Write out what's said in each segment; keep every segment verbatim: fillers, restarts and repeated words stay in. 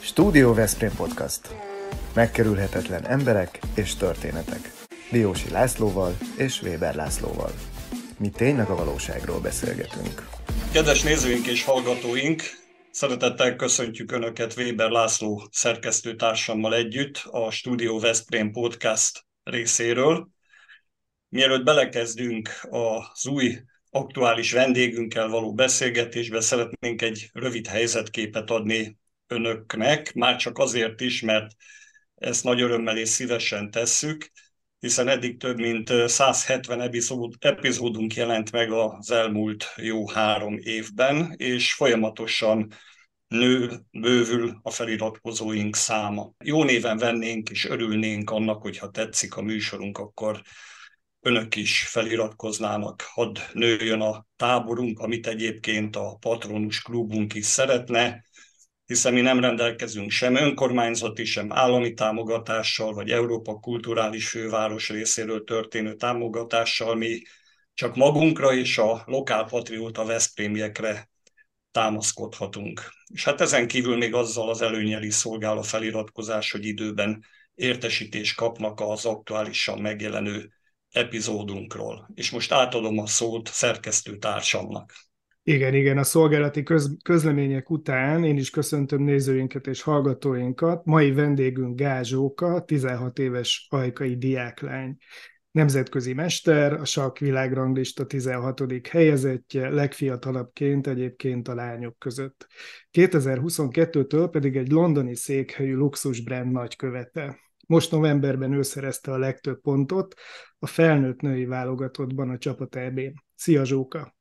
Stúdió Veszprém Podcast. Megkerülhetetlen emberek és történetek. Diósi Lászlóval és Weber Lászlóval. Mi tényleg a valóságról beszélgetünk. Kedves nézőink és hallgatóink, szeretettel köszöntjük Önöket Weber László szerkesztőtársammal együtt a Stúdió Veszprém Podcast részéről. Mielőtt belekezdünk az új aktuális vendégünkkel való beszélgetésbe, szeretnénk egy rövid helyzetképet adni Önöknek, már csak azért is, mert ezt nagy örömmel és szívesen tesszük, hiszen eddig több mint száz hetven epizód, epizódunk jelent meg az elmúlt jó három évben, és folyamatosan nő, bővül a feliratkozóink száma. Jó néven vennénk és örülnénk annak, hogyha tetszik a műsorunk, akkor Önök is feliratkoznának, hadd nőjön a táborunk, amit egyébként a Patronus Klubunk is szeretne, hiszen mi nem rendelkezünk sem önkormányzati, sem állami támogatással, vagy Európa kulturális főváros részéről történő támogatással, mi csak magunkra és a lokálpatrióta veszprémiekre támaszkodhatunk. És hát ezen kívül még azzal az előnnyel is szolgál a feliratkozás, hogy időben értesítést kapnak az aktuálisan megjelenő epizódunkról. És most átadom a szót szerkesztő társamnak. Igen, igen, a szolgálati köz, közlemények után én is köszöntöm nézőinket és hallgatóinkat. Mai vendégünk Gál Zsóka, tizenhat éves ajkai diáklány. Nemzetközi mester, a sakk világranglista tizenhatodik helyezettje, legfiatalabbként egyébként a lányok között. kétezer-huszonkettőtől pedig egy londoni székhelyű luxusbrand nagykövete. Most novemberben ő szerezte a legtöbb pontot a felnőtt női válogatottban a csapat é bén. Szia Zsóka!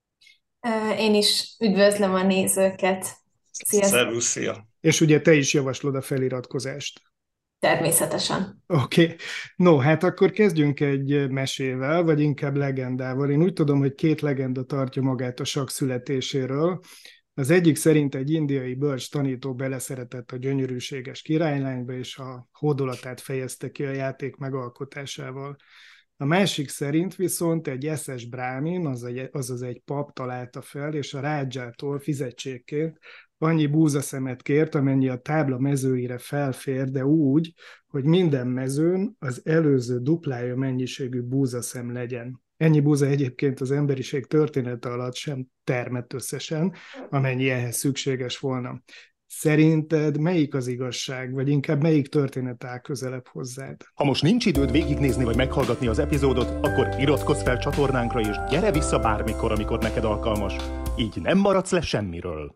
Én is üdvözlöm a nézőket. Sziasztok! Szervusz, szia! És ugye te is javaslod a feliratkozást. Természetesen. Oké. Okay. No, hát akkor kezdjünk egy mesével, vagy inkább legendával. Én úgy tudom, hogy két legenda tartja magát a sakk születéséről. Az egyik szerint egy indiai bölcs tanító beleszeretett a gyönyörűséges királylányba, és a hódolatát fejezte ki a játék megalkotásával. A másik szerint viszont egy eszes brámin, azaz egy pap találta fel, és a rádzsától fizetségként annyi búzaszemet kért, amennyi a tábla mezőire felfér, de úgy, hogy minden mezőn az előző duplája mennyiségű búzaszem legyen. Ennyi búza egyébként az emberiség története alatt sem termett összesen, amennyi ehhez szükséges volna. Szerinted melyik az igazság, vagy inkább melyik történet áll közelebb hozzád? Ha most nincs időd végignézni vagy meghallgatni az epizódot, akkor iratkozz fel csatornánkra, és gyere vissza bármikor, amikor neked alkalmas. Így nem maradsz le semmiről.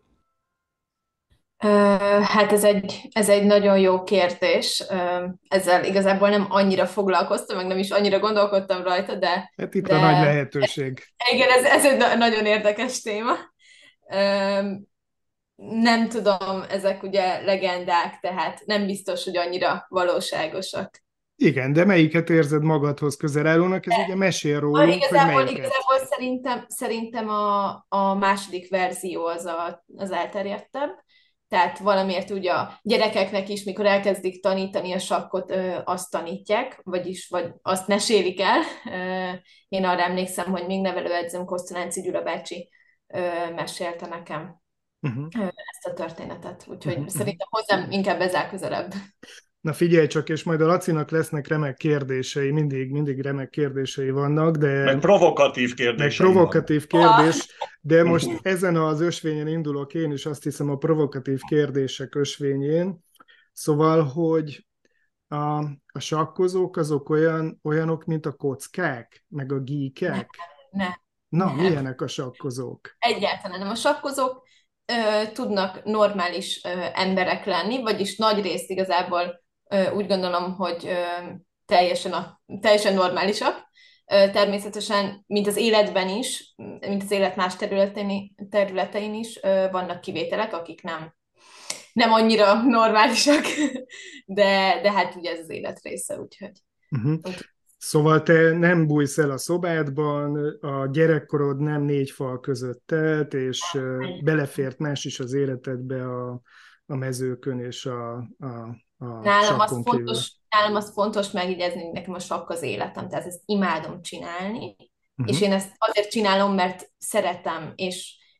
Uh, hát ez egy, ez egy nagyon jó kérdés. Uh, ezzel igazából nem annyira foglalkoztam, meg nem is annyira gondolkodtam rajta, de... Hát itt de, a nagy lehetőség. Igen, ez, ez egy nagyon érdekes téma. Uh, Nem tudom, ezek ugye legendák, tehát nem biztos, hogy annyira valóságosak. Igen, de melyiket érzed magadhoz közel állónak? Ez ugye mesél rólunk, igazából, hogy melyiket. Igazából szerintem, szerintem a, a második verzió az a, az elterjedtebb. Tehát valamiért ugye a gyerekeknek is, mikor elkezdik tanítani a sakkot, azt tanítják, vagyis vagy azt mesélik el. Én arra emlékszem, hogy még nevelőedzőm Kosztolánci Gyula bácsi mesélte nekem. Uh-huh. ezt a történetet, úgyhogy uh-huh. szerintem hozzám inkább ez áll közelebb. Na figyelj csak, és majd a Lacinak lesznek remek kérdései, mindig, mindig remek kérdései vannak, de... Meg provokatív kérdés. Meg provokatív kérdés, de most ezen az ösvényen indulok én is, azt hiszem a provokatív kérdések ösvényén. Szóval, hogy a, a sakkozók azok olyan, olyanok, mint a kockák, meg a gíkek? Ne, ne. Na, nem. milyenek a sakkozók? Egyáltalán nem. A sakkozók ö, tudnak normális ö, emberek lenni, vagyis nagy részt igazából ö, úgy gondolom, hogy ö, teljesen, a, teljesen normálisak. Ö, természetesen, mint az életben is, mint az élet más területein, területein is ö, vannak kivételek, akik nem, nem annyira normálisak, de, de hát ugye ez az élet része, úgyhogy... Uh-huh. úgyhogy Szóval te nem bújsz el a szobádban, a gyerekkorod nem négy fal között telt, és belefért más is az életedbe a, a mezőkön és a, a, a nálam az fontos, Nálam az fontos megjegyezni, hogy nekem a sakk az életem, tehát ezt imádom csinálni, uh-huh. és én ezt azért csinálom, mert szeretem, és,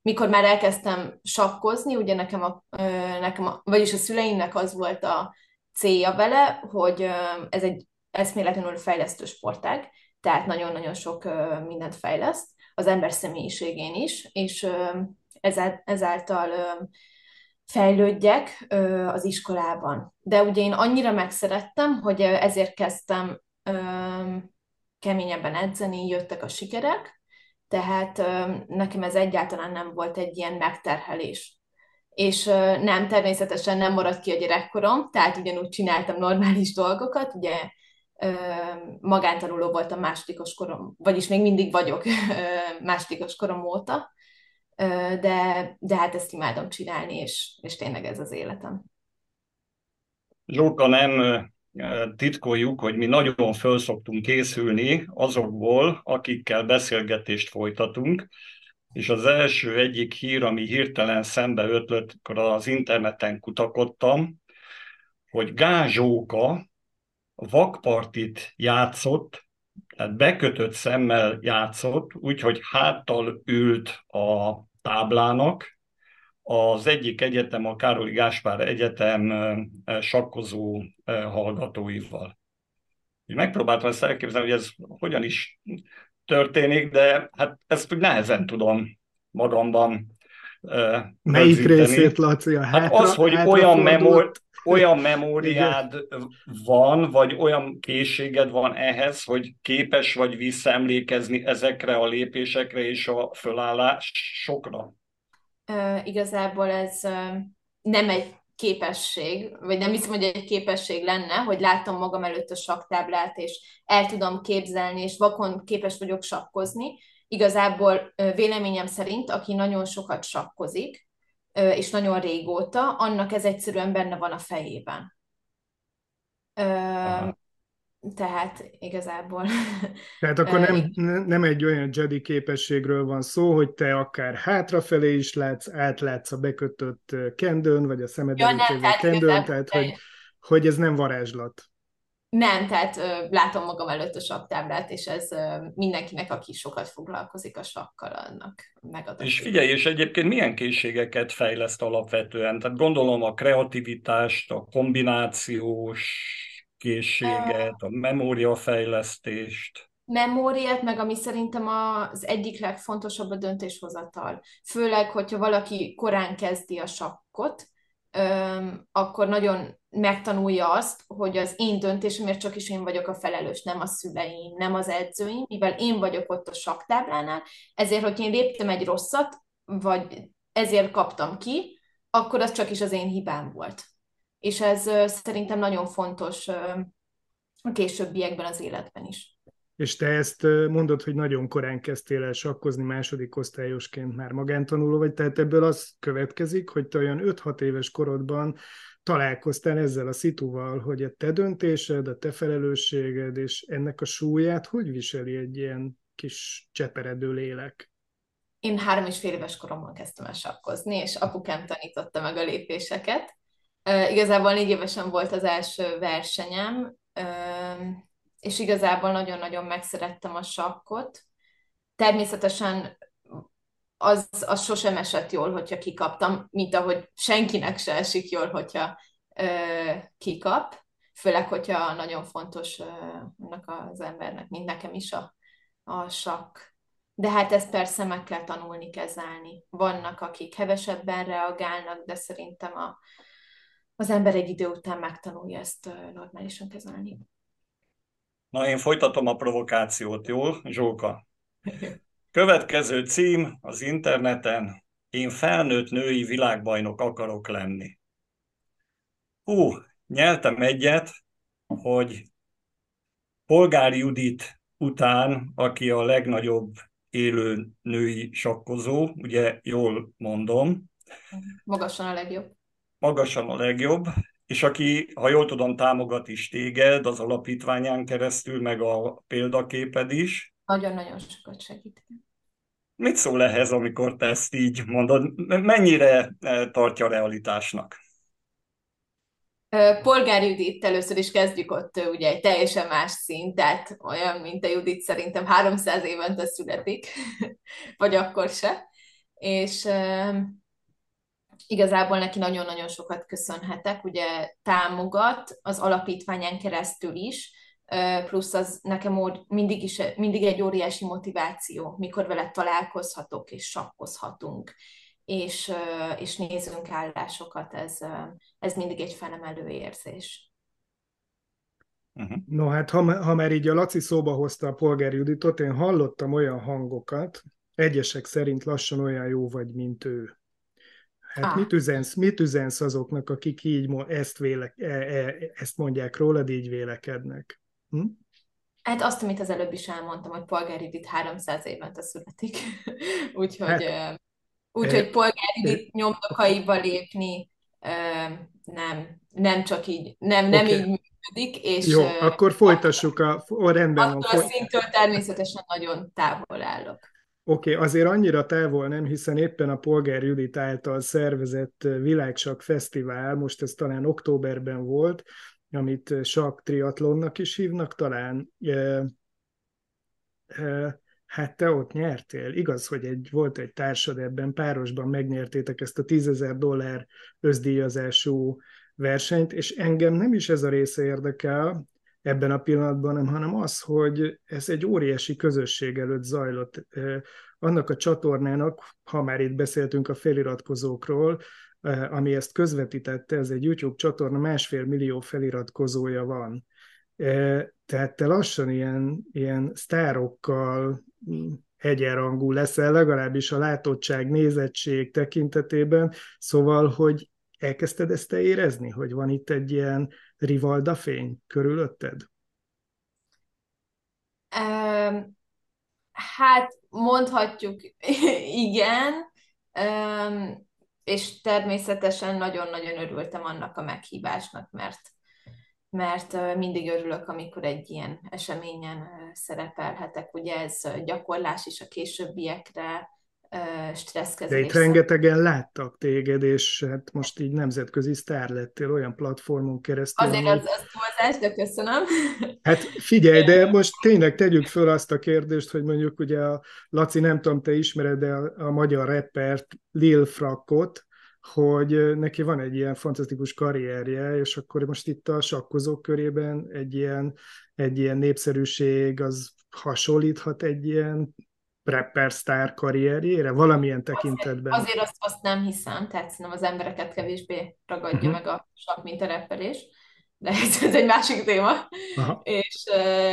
mikor már elkezdtem sakkozni, ugye nekem a, nekem a, vagyis a szüleimnek az volt a célja vele, hogy ez egy eszméletlenül fejlesztő sportág, tehát nagyon-nagyon sok mindent fejleszt, az ember személyiségén is, és ezáltal fejlődjek az iskolában. De ugye én annyira megszerettem, hogy ezért kezdtem keményebben edzeni, jöttek a sikerek, tehát nekem ez egyáltalán nem volt egy ilyen megterhelés. És nem, természetesen nem maradt ki a gyerekkorom, tehát ugyanúgy csináltam normális dolgokat, ugye magántanuló voltam másodikos korom, vagyis még mindig vagyok másodikos korom óta, de, de hát ezt imádom csinálni, és, és tényleg ez az életem. Zsóka, nem titkoljuk, hogy mi nagyon föl szoktunk készülni azokból, akikkel beszélgetést folytatunk, és az első egyik hír, ami hirtelen szembe ötlött, amikor az interneten kutakodtam, hogy Gázsóka vakpartit játszott, tehát bekötött szemmel játszott, úgyhogy háttal ült a táblának, az egyik egyetem, a Károly Gáspár Egyetem sakkozó hallgatóival. Megpróbáltam ezt elképzelni, hogy ez hogyan is történik, de hát ezt úgy nehezen tudom magamban Melyik rögzíteni. részét, Laci? A hátra, hát az, hogy hátra olyan, fordult... memor, olyan memóriád van, vagy olyan készséged van ehhez, hogy képes vagy visszaemlékezni ezekre a lépésekre és a fölállásokra? Uh, igazából ez uh, nem egy képesség, vagy nem hiszem, hogy egy képesség lenne, hogy látom magam előtt a sakktáblát, és el tudom képzelni, és vakon képes vagyok sakkozni. Igazából uh, véleményem szerint, aki nagyon sokat sakkozik, uh, és nagyon régóta, annak ez egyszerűen benne van a fejében. Uh, Tehát igazából... Tehát akkor nem, nem egy olyan Jedi képességről van szó, hogy te akár hátrafelé is látsz, átlátsz a bekötött kendőn, vagy a szemed ja, előtt lévő kendőn, tehát hogy, hogy ez nem varázslat. Nem, tehát ö, látom magam előtt a sakktáblát, és ez ö, mindenkinek, aki sokat foglalkozik a sakkal, annak megadott. És figyelj, és egyébként milyen készségeket fejleszt alapvetően? Tehát gondolom a kreativitást, a kombinációs készséget, a memóriafejlesztést. Memóriát, meg ami szerintem az egyik legfontosabb a döntéshozatal. Főleg, hogyha valaki korán kezdi a sakkot, öm, akkor nagyon megtanulja azt, hogy az én döntésemért csak is én vagyok a felelős, nem a szüleim, nem az edzőim, mivel én vagyok ott a sakktáblánál, ezért, hogy én léptem egy rosszat, vagy ezért kaptam ki, akkor az csak is az én hibám volt. És ez ö, szerintem nagyon fontos ö, a későbbiekben az életben is. És te ezt mondod, hogy nagyon korán kezdtél el sakkozni, második osztályosként már magántanuló vagy, tehát ebből az következik, hogy te olyan öt-hat éves korodban találkoztál ezzel a szituval, hogy a te döntésed, a te felelősséged, és ennek a súlyát hogy viseli egy ilyen kis cseperedő lélek? Én három és fél éves koromban kezdtem el sakkozni, és apukám tanította meg a lépéseket. Uh, igazából négy évesen volt az első versenyem, uh, és igazából nagyon-nagyon megszerettem a sakkot. Természetesen az, az sosem esett jól, hogyha kikaptam, mint ahogy senkinek se esik jól, hogyha uh, kikap, főleg, hogyha nagyon fontos uh, annak az embernek, mint nekem is a, a sakk. De hát ezt persze meg kell tanulni kezelni. Vannak, akik hevesebben reagálnak, de szerintem a, az ember egy idő után megtanulja ezt uh, normálisan kezelni. Na, én folytatom a provokációt, jól, Zsóka? Következő cím az interneten: én felnőtt női világbajnok akarok lenni. Hú, nyeltem egyet, hogy Polgár Judit után, aki a legnagyobb élő női sakkozó, ugye jól mondom. Magasan a legjobb. Magasan a legjobb, és aki, ha jól tudom, támogat is téged az alapítványán keresztül, meg a példaképed is. Nagyon-nagyon sokat segít. Mit szól ehhez, amikor te ezt így mondod? Mennyire tartja a realitásnak? Polgár Judit, először is kezdjük ott, ugye egy teljesen más szint, tehát olyan, mint a Judit szerintem háromszáz évente születik, vagy akkor se. és igazából neki nagyon-nagyon sokat köszönhetek, ugye támogat az alapítványán keresztül is, plusz az nekem mindig, is, mindig egy óriási motiváció, mikor vele találkozhatok és sakkozhatunk, és, és nézünk állásokat, ez, ez mindig egy felemelő érzés. Uh-huh. No hát, ha, ha már így a Laci szóba hozta a Polgár Juditot, én hallottam olyan hangokat, egyesek szerint lassan olyan jó vagy, mint ő. Hát ah. mit, üzensz, mit üzensz azoknak, akik így ezt, véle, ezt mondják rólad, így vélekednek? Hm? Hát azt, amit az előbb is elmondtam, hogy Polgár Judit háromszáz évente születik. Úgyhogy hát, úgy, e, Polgár Judit e, nyomdokaiba lépni nem, nem csak így, nem, nem okay. így működik. És jó, akkor folytassuk a, a rendben van. Attól a szintől természetesen nagyon távol állok. Oké, okay, azért annyira távol nem, hiszen éppen a Polgár Judit által szervezett Világsak Fesztivál, most ez talán októberben volt, amit sakk triatlonnak is hívnak, talán e, e, hát te ott nyertél. Igaz, hogy egy, volt egy társad ebben, párosban megnyertétek ezt a tízezer dollár összdíjazású versenyt, és engem nem is ez a része érdekel ebben a pillanatban, hanem az, hogy ez egy óriási közösség előtt zajlott. Annak a csatornának, ha már itt beszéltünk a feliratkozókról, ami ezt közvetítette, ez egy YouTube csatorna, másfél millió feliratkozója van. Tehát te lassan ilyen, ilyen sztárokkal egyenrangú leszel, legalábbis a látottság, nézettség tekintetében, szóval, hogy elkezdted ezt te érezni, hogy van itt egy ilyen rivalda fény körülötted? Um, hát mondhatjuk igen, um, és természetesen nagyon-nagyon örültem annak a meghívásnak, mert mert mindig örülök, amikor egy ilyen eseményen szerepelhetek. Ugye ez gyakorlás is a későbbiekre, stresszkezelés. De itt rengetegen láttak téged, és hát most így nemzetközi sztár lettél olyan platformon keresztül. Azért az, az túlzás, de köszönöm. Hát figyelj, de most tényleg tegyük föl azt a kérdést, hogy mondjuk ugye a Laci, nem tudom, te ismered, de a, a magyar rappert Lil Frakkot, hogy neki van egy ilyen fantasztikus karrierje, és akkor most itt a sakkozók körében egy ilyen, egy ilyen népszerűség az hasonlíthat egy ilyen rapper sztár karrierjére, valamilyen tekintetben. Azért, azért azt, azt nem hiszem, tehát szerintem az embereket kevésbé ragadja uh-huh. meg a sakk, mint a rappelés, de ez, ez egy másik téma. Aha. És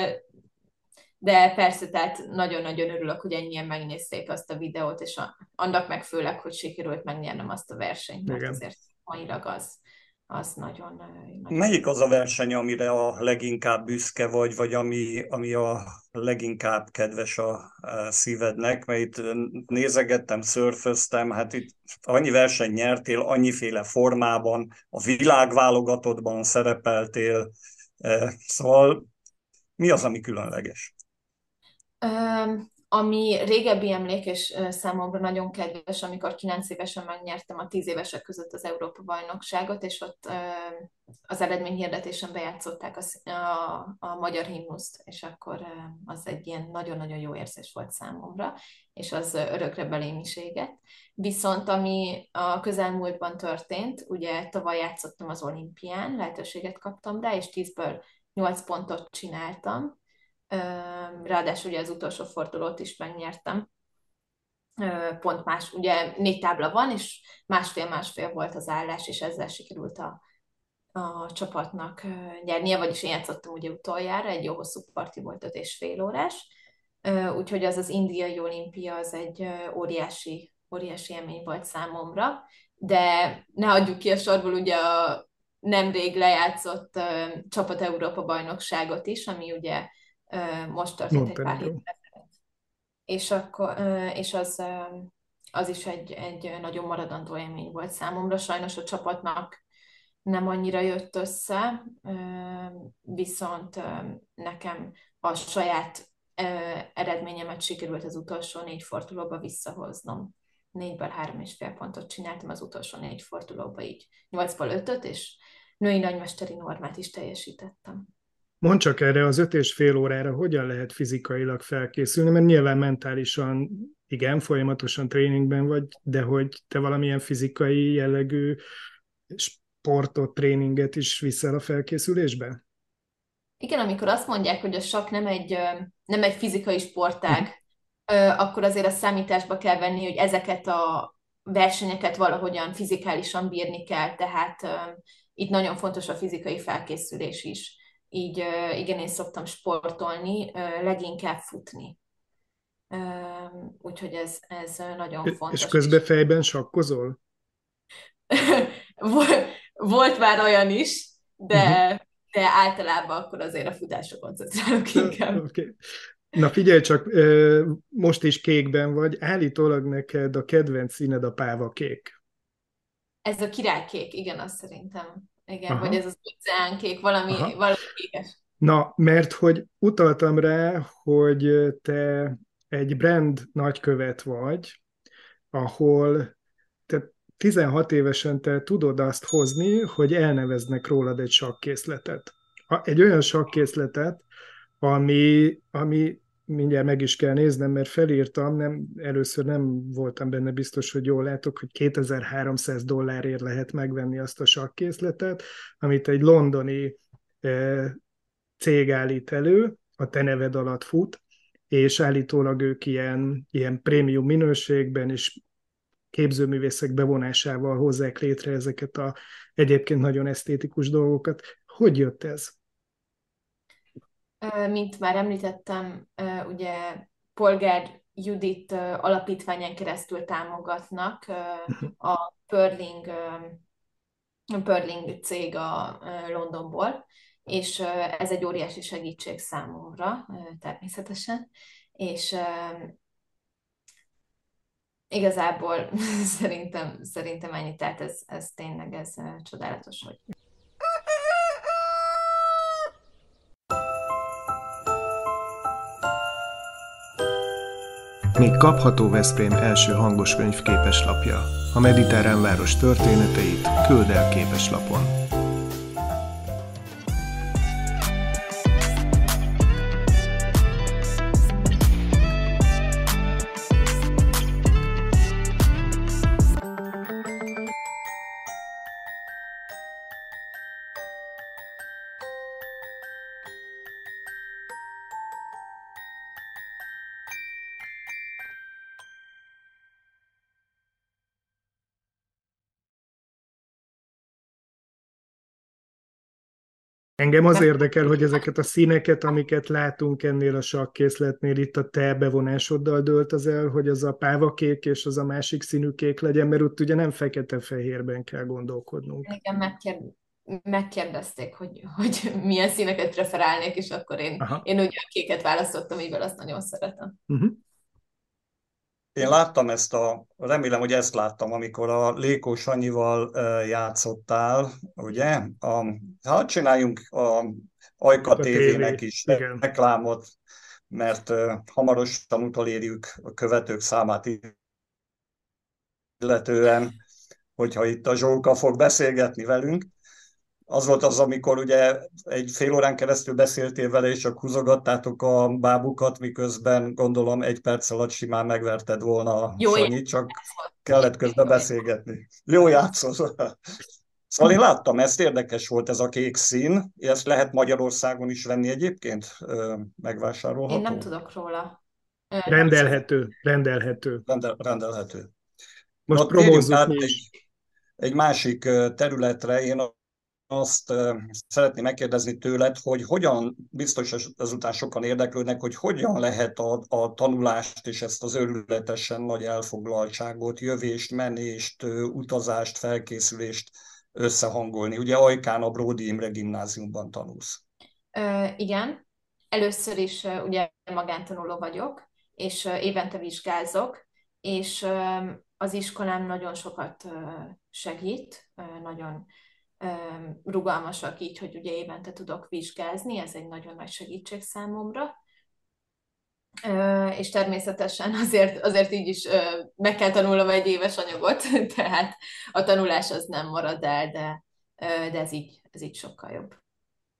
de persze, tehát nagyon-nagyon örülök, hogy ennyien megnézték azt a videót, és a, annak meg főleg, hogy sikerült megnyernem azt a versenyt, mert igen. Azért mailag az, az nagyon, nagyon... Melyik az a verseny, amire a leginkább büszke vagy, vagy ami, ami a leginkább kedves a szívednek? Mert itt nézegettem, szörföztem, hát itt annyi verseny nyertél, annyiféle formában, a világválogatottban szerepeltél, szóval mi az, ami különleges? Um, ami régebbi emlék, és uh, számomra nagyon kedves, amikor kilenc évesen megnyertem a tíz évesek között az Európa-bajnokságot, és ott uh, az eredményhirdetésen bejátszották a, a, a magyar himnuszt, és akkor uh, az egy ilyen nagyon-nagyon jó érzés volt számomra, és az uh, örökre belém is égett. Viszont ami a közelmúltban történt, ugye tavaly játszottam az olimpián, lehetőséget kaptam rá, és tízből nyolc pontot csináltam, ráadásul ugye az utolsó fordulót is megnyertem. Pont más, ugye négy tábla van, és másfél-másfél volt az állás, és ezzel sikerült a, a csapatnak nyernie, vagyis én játszottam ugye utoljára, egy jó hosszú parti volt, öt és fél órás, úgyhogy az az indiai olimpia az egy óriási, óriási élmény volt számomra, de ne adjuk ki a sorból ugye a nemrég lejátszott uh, csapat Európa bajnokságot is, ami ugye uh, most történt Mondtam, egy pár héttel. És, akkor, uh, és az, uh, az is egy, egy nagyon maradandó élmény volt számomra. Sajnos a csapatnak nem annyira jött össze, uh, viszont uh, nekem a saját uh, eredményemet sikerült az utolsó négy fordulóba visszahoznom. Négyből három és fél pontot csináltam az utolsó négy fordulóba, így nyolcból ötöt, és női nagymesteri normát is teljesítettem. Mondd csak erre az öt és fél órára hogyan lehet fizikailag felkészülni, mert nyilván mentálisan, igen, folyamatosan tréningben vagy, de hogy te valamilyen fizikai jellegű sportot, tréninget is viszel a felkészülésbe? Igen, amikor azt mondják, hogy a sakk nem egy, ö, nem egy fizikai Uh-huh. sportág, ö, akkor azért a számításba kell venni, hogy ezeket a versenyeket valahogyan fizikálisan bírni kell, tehát ö, itt nagyon fontos a fizikai felkészülés is. Így ö, igen, én szoktam sportolni, ö, leginkább futni. Ö, Úgyhogy ez, ez nagyon És fontos. közben fejben sakkozol? Vol- Volt már olyan is, de, Uh-huh. de általában akkor azért a futásra koncentrálok inkább. Okay. Na figyelj csak, ö, most is kékben vagy, állítólag neked a kedvenc színed a pávakék. Ez a királykék, igen, azt szerintem. Igen, vagy Aha, ez az óceánkék, valami, aha. valami kékes. Na, mert hogy utaltam rá, hogy te egy brand nagykövet vagy, ahol te tizenhat évesen te tudod azt hozni, hogy elneveznek rólad egy sakkészletet. A- Egy olyan sakkészletet, ami, ami mindjárt meg is kell néznem, mert felírtam, nem, először nem voltam benne biztos, hogy jól látok, hogy kétezer-háromszáz dollárért lehet megvenni azt a sakkészletet, amit egy londoni eh, cég állít elő, a te neved alatt fut, és állítólag ők ilyen, ilyen prémium minőségben és képzőművészek bevonásával hozzák létre ezeket a egyébként nagyon esztétikus dolgokat. Hogy jött ez? Ö, Mint már említettem, ö, ugye Polgár Judit ö, alapítványán keresztül támogatnak ö, a Perling, ö, a Perling cég a ö, Londonból, és ö, ez egy óriási segítség számomra, ö, természetesen, és ö, igazából szerintem, szerintem ennyi, tehát ez, ez tényleg ez ö, csodálatos, hogy Még kapható Veszprém első hangos könyv képeslapja. A mediterrán város történeteit küld el képeslapon. Engem az érdekel, hogy ezeket a színeket, amiket látunk ennél a sakkészletnél, itt a te bevonásoddal dölt az el, hogy az a pávakék és az a másik színű kék legyen, mert ott ugye nem fekete-fehérben kell gondolkodnunk. engem megkér, megkérdezték, hogy, hogy milyen színeket preferálnék, és akkor én, Aha. én ugye a kéket választottam, mivel azt nagyon szeretem. Uh-huh. Én láttam ezt a, remélem, hogy ezt láttam, amikor a Lékó Sanyival uh, játszottál, ugye? A, hát csináljunk a Ajka A tévének tévé, is igen. reklámot, mert uh, hamarosan utolérjük a követők számát illetően, hogyha itt a Zsóka fog beszélgetni velünk. Az volt az, amikor ugye egy fél órán keresztül beszéltél vele, és csak húzogattátok a bábukat, miközben gondolom egy perc alatt simán megverted volna a Jó Sanyit, csak játszott. kellett közben beszélgetni. Jó játszol. Szóval én láttam, ezt érdekes volt ez a kék szín. Ezt lehet Magyarországon is venni egyébként? Megvásárolható? Én nem tudok róla. Ö, Nem tudom. Rendelhető, rendelhető. Rendel, rendelhető. Most Na, térjünk promózzuk át mi is. egy, egy másik területre. Én azt szeretném megkérdezni tőled, hogy hogyan, biztos ezután sokan érdeklődnek, hogy hogyan lehet a, a tanulást és ezt az őrületesen nagy elfoglaltságot, jövést, menést, utazást, felkészülést összehangolni. Ugye Ajkán a Bródi Imre gimnáziumban tanulsz. Ö, igen, először is ö, ugye magántanuló vagyok, és ö, évente vizsgázok, és ö, az iskolám nagyon sokat ö, segít, ö, nagyon ö, rugalmasak így, hogy ugye évente tudok vizsgázni, ez egy nagyon nagy segítség számomra. Ö, és természetesen azért, azért így is ö, meg kell tanulnom egy éves anyagot, tehát a tanulás az nem marad el, de, ö, de ez így, ez így sokkal jobb.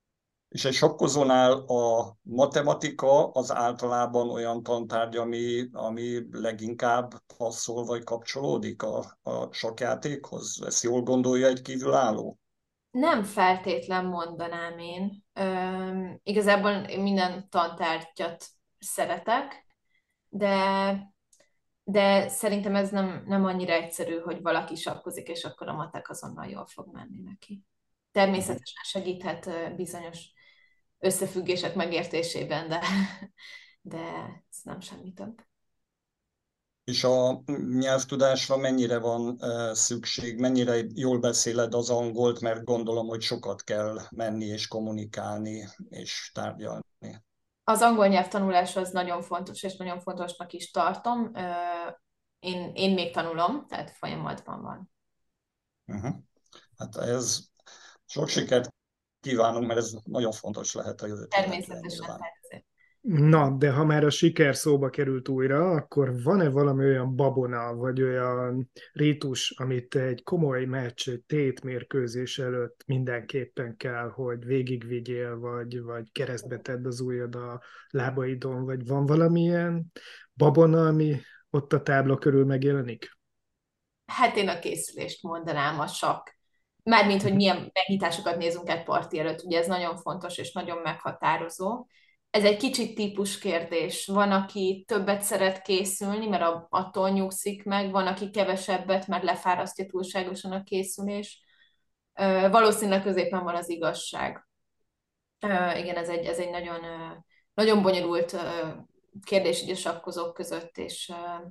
És egy sakkozónál a matematika az általában olyan tantárgy, ami, ami leginkább passzol vagy kapcsolódik a, a sakkjátékhoz? Ezt jól gondolja egy kívülálló? Nem feltétlen mondanám én. Üm, igazából én minden tantárgyat szeretek, de, de szerintem ez nem, nem annyira egyszerű, hogy valaki sakkozik, és akkor a matek azonnal jól fog menni neki. Természetesen segíthet ö, bizonyos összefüggések megértésében, de, de ez nem semmi több. És a nyelvtudásra mennyire van uh, szükség, mennyire jól beszéled az angolt, mert gondolom, hogy sokat kell menni és kommunikálni és tárgyalni. Az angol nyelv tanulása az nagyon fontos, és nagyon fontosnak is tartom. Ö, Én, én még tanulom, tehát folyamatban van. Uh-huh. Hát ez sok sikert kívánunk, mert ez nagyon fontos lehet a jövőt illetően Természetesen, nyilván. tehát ezért. Na, de ha már a siker szóba került újra, akkor van-e valami olyan babona, vagy olyan rítus, amit egy komoly meccs, egy tétmérkőzés előtt mindenképpen kell, hogy végigvigyél, vagy, vagy keresztbe tedd az ujjad a lábaidon, vagy van valamilyen babona, ami ott a tábla körül megjelenik? Hát én a készülést mondanám, a sakk. Mármint, hogy milyen megnyitásokat nézünk egy parti előtt, ugye ez nagyon fontos és nagyon meghatározó. Ez egy kicsit típuskérdés. Van, aki többet szeret készülni, mert a- attól nyugszik meg, van, aki kevesebbet, mert lefárasztja túlságosan a készülés. Ö, Valószínűleg középen van az igazság. Ö, Igen, ez egy, ez egy nagyon, ö, nagyon bonyolult ö, kérdés így a sakkozók között, és ö,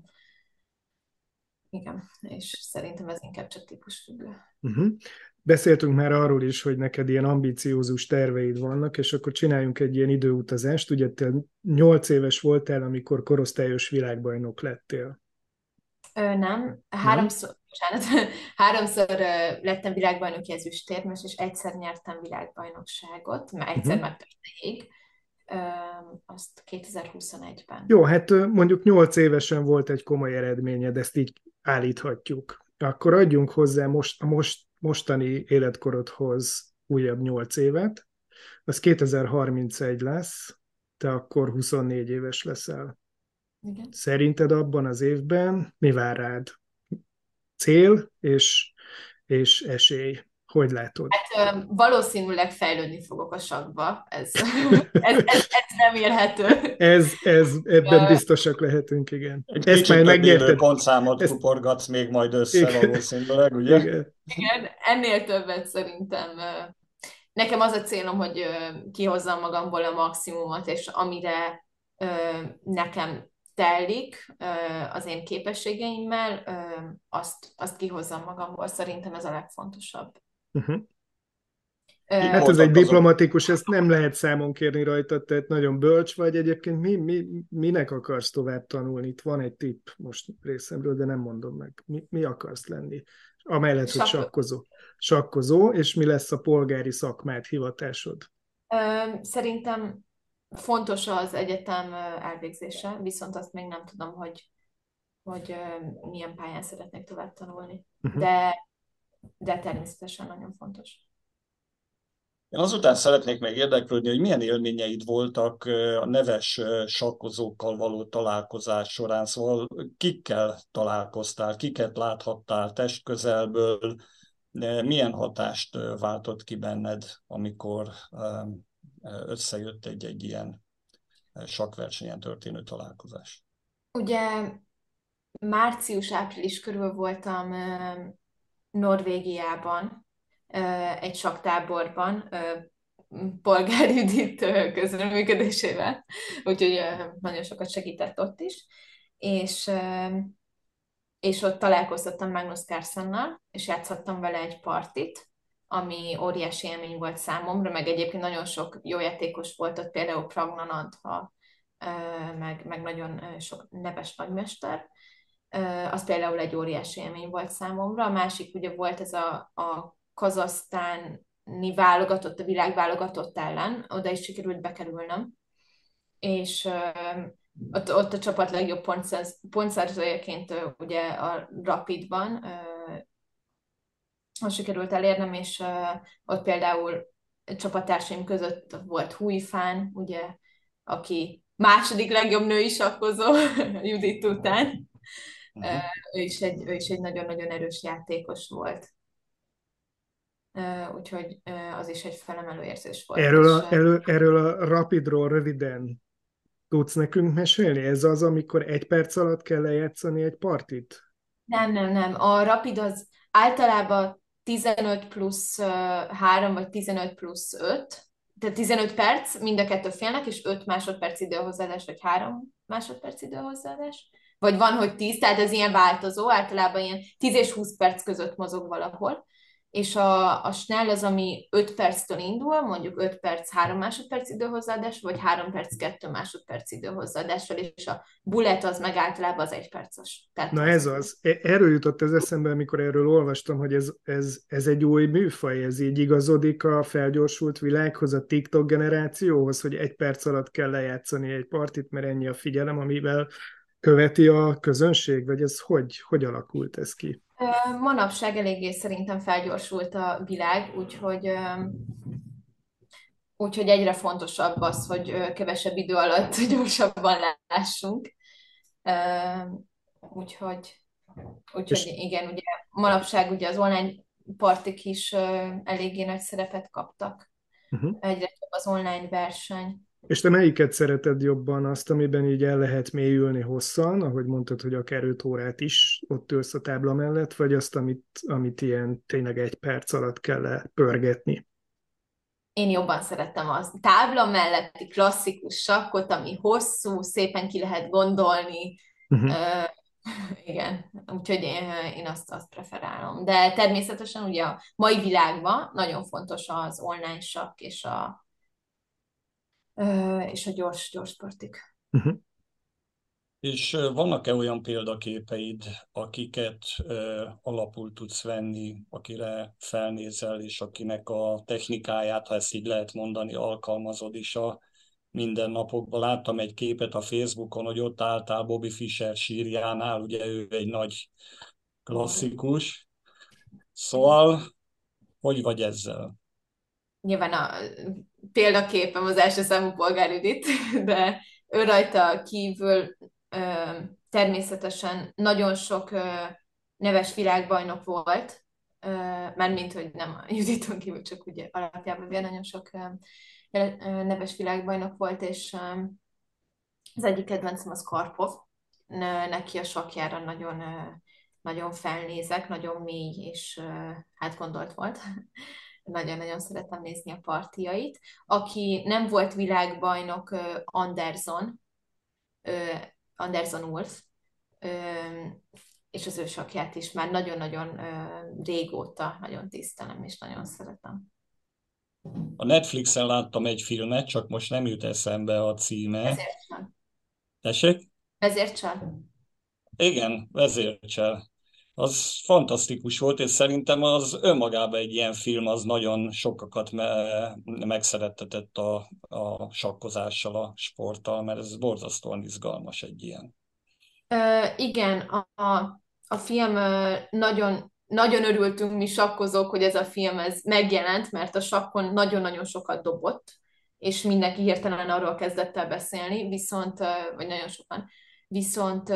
igen, és szerintem ez inkább csak típusfüggő. Uh-huh. Beszéltünk már arról is, hogy neked ilyen ambiciózus terveid vannak, és akkor csináljunk egy ilyen időutazást. Ugye te nyolc éves voltál, amikor korosztályos világbajnok lettél. Ö, nem, háromszor, bocsánat, háromszor ö, lettem világbajnoki ezüstérmes, és egyszer nyertem világbajnokságot, mert egyszer Uh-huh. megtört ég, ö, azt kétezer-huszonegyben. Jó, hát ö, mondjuk nyolc évesen volt egy komoly eredményed, ezt így állíthatjuk. Akkor adjunk hozzá most, a most, mostani életkorodhoz újabb nyolc évet, az kétezer-harmincegy lesz, te akkor huszonnégy éves leszel. Igen. Szerinted abban az évben mi vár rád? Cél és, és esély. Hogy látod? Hát ö, valószínűleg fejlődni fogok a sakkba, ez, ez, ez, ez nem érhető. Ez, ez, ebben Ö, biztosak lehetünk, igen. Egy Ezt kicsit már több élő megnyerted. pontszámot Ezt- kuporgatsz még majd össze Igen. valószínűleg, ugye? Igen. Igen, ennél többet szerintem. ö, Nekem az a célom, hogy ö, kihozzam magamból a maximumot, és amire ö, nekem telik ö, az én képességeimmel, ö, azt, azt kihozzam magamból. Szerintem ez a legfontosabb. Uh-huh. Ö, Hát ez voltak egy azok- diplomatikus, ezt nem lehet számon kérni rajtad, tehát nagyon bölcs vagy. Egyébként mi, mi, minek akarsz tovább tanulni? Itt van egy tipp most részemről, de nem mondom meg. Mi, mi akarsz lenni? Amellett, hogy Sakko- sakkozó. Sakkozó, és mi lesz a polgári szakmád, hivatásod? Ö, Szerintem fontos az egyetem ö, elvégzése, viszont azt még nem tudom, hogy, hogy ö, milyen pályán szeretnék tovább tanulni. Uh-huh. De, de természetesen nagyon fontos. Én azután szeretnék még érdeklődni, hogy milyen élményeid voltak ö, a neves ö, sakkozókkal való találkozás során, szóval kikkel találkoztál, kiket láthattál testközelből, de milyen hatást ö, váltott ki benned, amikor ö, összejött egy-egy ilyen ö, sakkversenyen történő találkozás? Ugye március-április körül voltam ö, Norvégiában, ö, egy sakktáborban, ö, Polgár Judit ö, közreműködésével, úgyhogy ö, nagyon sokat segített ott is, és, ö, és ott találkoztattam Magnus Carlsennal, és játszhattam vele egy partit, ami óriási élmény volt számomra, meg egyébként nagyon sok jó játékos volt ott, például Pragna Antha, ö, meg, meg nagyon ö, sok neves nagymester. Ö, Az például egy óriási élmény volt számomra. A másik ugye volt ez a, a kazahsztáni válogatott, a világválogatott ellen, oda is sikerült bekerülnöm, és ö, ott, ott a csapat legjobb pontszerz, pontszerzőjeként ö, ugye a Rapidban ö, azt sikerült elérnem, és ö, ott például csapattársaim között volt Hújfán, ugye, aki második legjobb női sakkozó Judit után. Uh-huh. Ő is egy, ő is egy nagyon-nagyon erős játékos volt. Úgyhogy az is egy felemelő érzés volt. Erről És, a, erről, erről a Rapidról röviden tudsz nekünk mesélni? Ez az, amikor egy perc alatt kell lejátszani egy partit? Nem, nem, nem. A Rapid az általában tizenöt plusz három, vagy tizenöt plusz öt, tehát tizenöt perc mind a kettő félnek, és öt másodperc időhozzáadás, vagy három másodperc időhozzáadás. Vagy van, hogy tíz, tehát ez ilyen változó, általában ilyen tíz és húsz perc között mozog valahol. És a, a Snell az, ami öt perctől indul, mondjuk öt perc három másodperc időhozzáadás, vagy három perc kettő másodperc időhozzáadással, és a bullet az meg általában az egy perces. Tehát Na az ez az. E- Erről jutott ez eszembe, amikor erről olvastam, hogy ez, ez, ez egy új műfaj, ez így igazodik a felgyorsult világhoz, a TikTok generációhoz, hogy egy perc alatt kell lejátszani egy partit, mert ennyi a figyelem, amivel követi a közönség, vagy ez hogy, hogy alakult ez ki? Manapság eléggé szerintem felgyorsult a világ, úgyhogy, úgyhogy egyre fontosabb az, hogy kevesebb idő alatt gyorsabban lássunk. Úgyhogy, úgyhogy igen, ugye manapság ugye az online partik is eléggé nagy szerepet kaptak. Uh-huh. Egyre több az online verseny. És te melyiket szereted jobban? Azt, amiben így el lehet mélyülni hosszan, ahogy mondtad, hogy akár öt órát is ott ülsz a tábla mellett, vagy azt, amit, amit ilyen tényleg egy perc alatt kell pörgetni? Én jobban szerettem az tábla melletti klasszikus sakkot, ami hosszú, szépen ki lehet gondolni. Uh-huh. Uh, igen, úgyhogy én, én azt, azt preferálom. De természetesen ugye a mai világban nagyon fontos az online sakk és a és a gyors, gyors partik. Uh-huh. És vannak-e olyan példaképeid, akiket uh, alapul tudsz venni, akire felnézel, és akinek a technikáját, ha ezt így lehet mondani, alkalmazod is a mindennapokban? Láttam egy képet a Facebookon, hogy ott álltál Bobby Fischer sírjánál, ugye ő egy nagy klasszikus. Szóval, hogy vagy ezzel? Nyilván a példaképem az első számú Polgár Judit, de ő rajta kívül ö, természetesen nagyon sok ö, neves világbajnok volt, ö, mármint, hogy nem a Juditon kívül, csak ugye alapjában nagyon sok ö, neves világbajnok volt, és ö, az egyik kedvencem az Karpov. Neki a sakkjára nagyon, ö, nagyon felnézek, nagyon mély és ö, hát gondolt volt. Nagyon-nagyon szeretem nézni a partijait. Aki nem volt világbajnok, Anderson, Anderson Wolf, és az ő sakját is már nagyon-nagyon régóta nagyon tisztelem, és nagyon szeretem. A Netflixen láttam egy filmet, csak most nem jut eszembe a címe. Vezércsel. Tessék? Vezércsel. Igen, Vezércsel. Az fantasztikus volt, és szerintem az önmagában egy ilyen film, az nagyon sokakat me- megszerettetett a, a sakkozással, a sporttal, mert ez borzasztóan izgalmas egy ilyen. Ö, igen, a, a, a film nagyon, nagyon örültünk mi sakkozók, hogy ez a film ez megjelent, mert a sakkon nagyon-nagyon sokat dobott, és mindenki hirtelen arról kezdett el beszélni, viszont, vagy nagyon sokan, viszont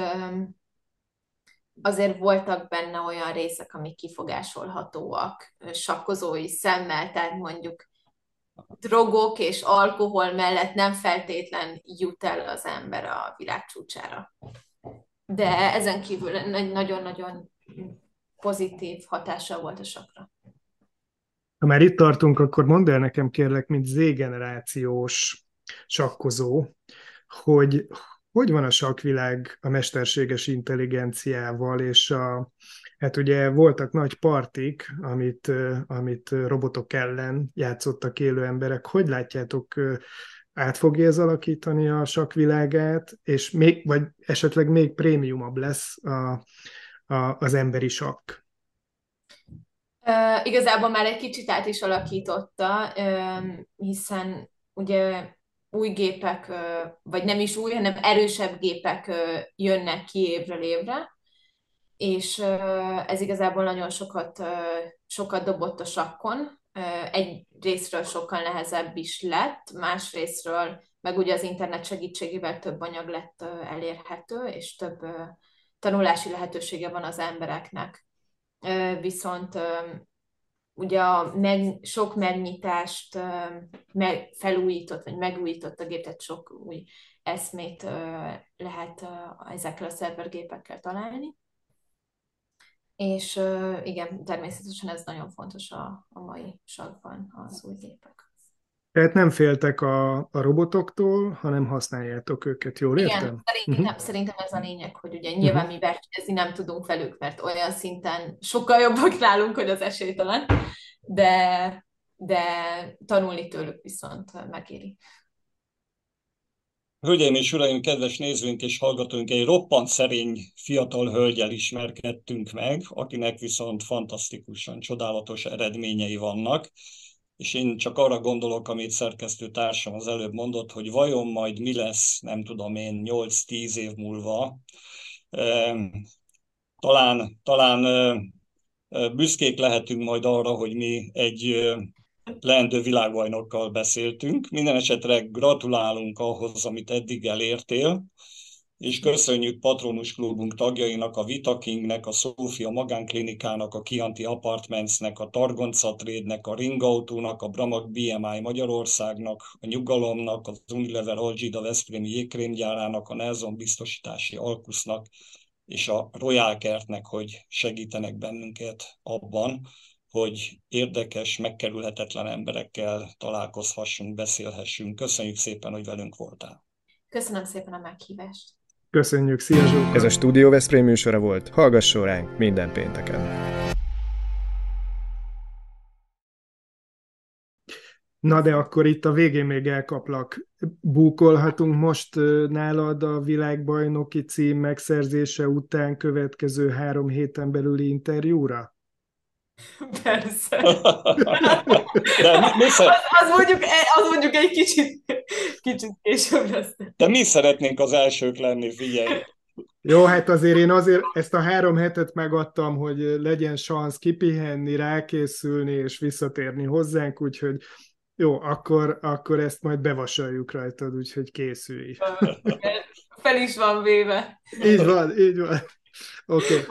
azért voltak benne olyan részek, amik kifogásolhatóak sakkozói szemmel, tehát mondjuk drogok és alkohol mellett nem feltétlen jut el az ember a világ csúcsára. De ezen kívül egy nagyon-nagyon pozitív hatása volt a sakkra. Ha már itt tartunk, akkor mondd el nekem kérlek, mint Z-generációs sakkozó, hogy hogy van a sakkvilág a mesterséges intelligenciával, és a, hát ugye voltak nagy partik, amit, amit robotok ellen játszottak élő emberek. Hogy látjátok, át fogja ez alakítani a sakkvilágát, és még, vagy esetleg még prémiumabb lesz a, a, az emberi sakk? Uh, igazából már egy kicsit át is alakította, uh, hiszen ugye új gépek, uh, vagy nem is új, hanem erősebb gépek uh, jönnek ki évről évre, és uh, ez igazából nagyon sokat, uh, sokat dobott a sakkon. egy részről sokkal nehezebb is lett, más részről meg ugye az internet segítségével több anyag lett elérhető, és több tanulási lehetősége van az embereknek. Viszont ugye a meg, sok megnyitást meg, felújított, vagy megújított a gép, tehát sok új eszmét lehet ezekkel a szervergépekkel találni. És igen, természetesen ez nagyon fontos a, a mai sakban, az új gépek. Tehát nem féltek a, a robotoktól, hanem használjátok őket, jól értem? Igen, szerintem, uh-huh. szerintem ez a lényeg, hogy ugye nyilván uh-huh. mi versenyezni nem tudunk velük, mert olyan szinten sokkal jobbak nálunk, hogy az esélytelen, de, de tanulni tőlük viszont megéri. Hölgyeim és uraim, kedves nézőink és hallgatóink, egy roppant szerény fiatal hölgyel ismerkedtünk meg, akinek viszont fantasztikusan csodálatos eredményei vannak, és én csak arra gondolok, amit szerkesztő társam az előbb mondott, hogy vajon majd mi lesz, nem tudom én, nyolc-tíz év múlva. Talán, talán büszkék lehetünk majd arra, hogy mi egy leendő világbajnokkal beszéltünk. Minden esetre gratulálunk ahhoz, amit eddig elértél, és köszönjük Patronus Klubunk tagjainak, a Vitakingnek, a Szófia Magánklinikának, a Chianti Apartmentsnek, a Targonca Trade-nek, a Ring Autónak, a Bramag bé em i Magyarországnak, a Nyugalomnak, az Unilever Algida Veszprémi jégkrémgyárának, a Nelson Biztosítási Alkusznak és a Royal Kertnek, hogy segítenek bennünket abban, hogy érdekes, megkerülhetetlen emberekkel találkozhassunk, beszélhessünk. Köszönjük szépen, hogy velünk voltál. Köszönöm szépen a meghívást. Köszönjük, szia Zsóka! Ez a Stúdió Veszprém műsora volt, hallgasson ránk minden pénteken! Na de akkor itt a végén még elkaplak. Búkolhatunk most nálad a világbajnoki cím megszerzése után következő három héten belüli interjúra? Persze. De mi, mi szer... az, az, mondjuk, az mondjuk egy kicsit, kicsit később lesz. De mi szeretnénk az elsők lenni, figyelj! Jó, hát azért én azért ezt a három hetet megadtam, hogy legyen szansz kipihenni, rákészülni és visszatérni hozzánk, úgyhogy jó, akkor, akkor ezt majd bevasaljuk rajtad, úgyhogy készülj. Fel is van véve. Így van, így van. Oké. Okay.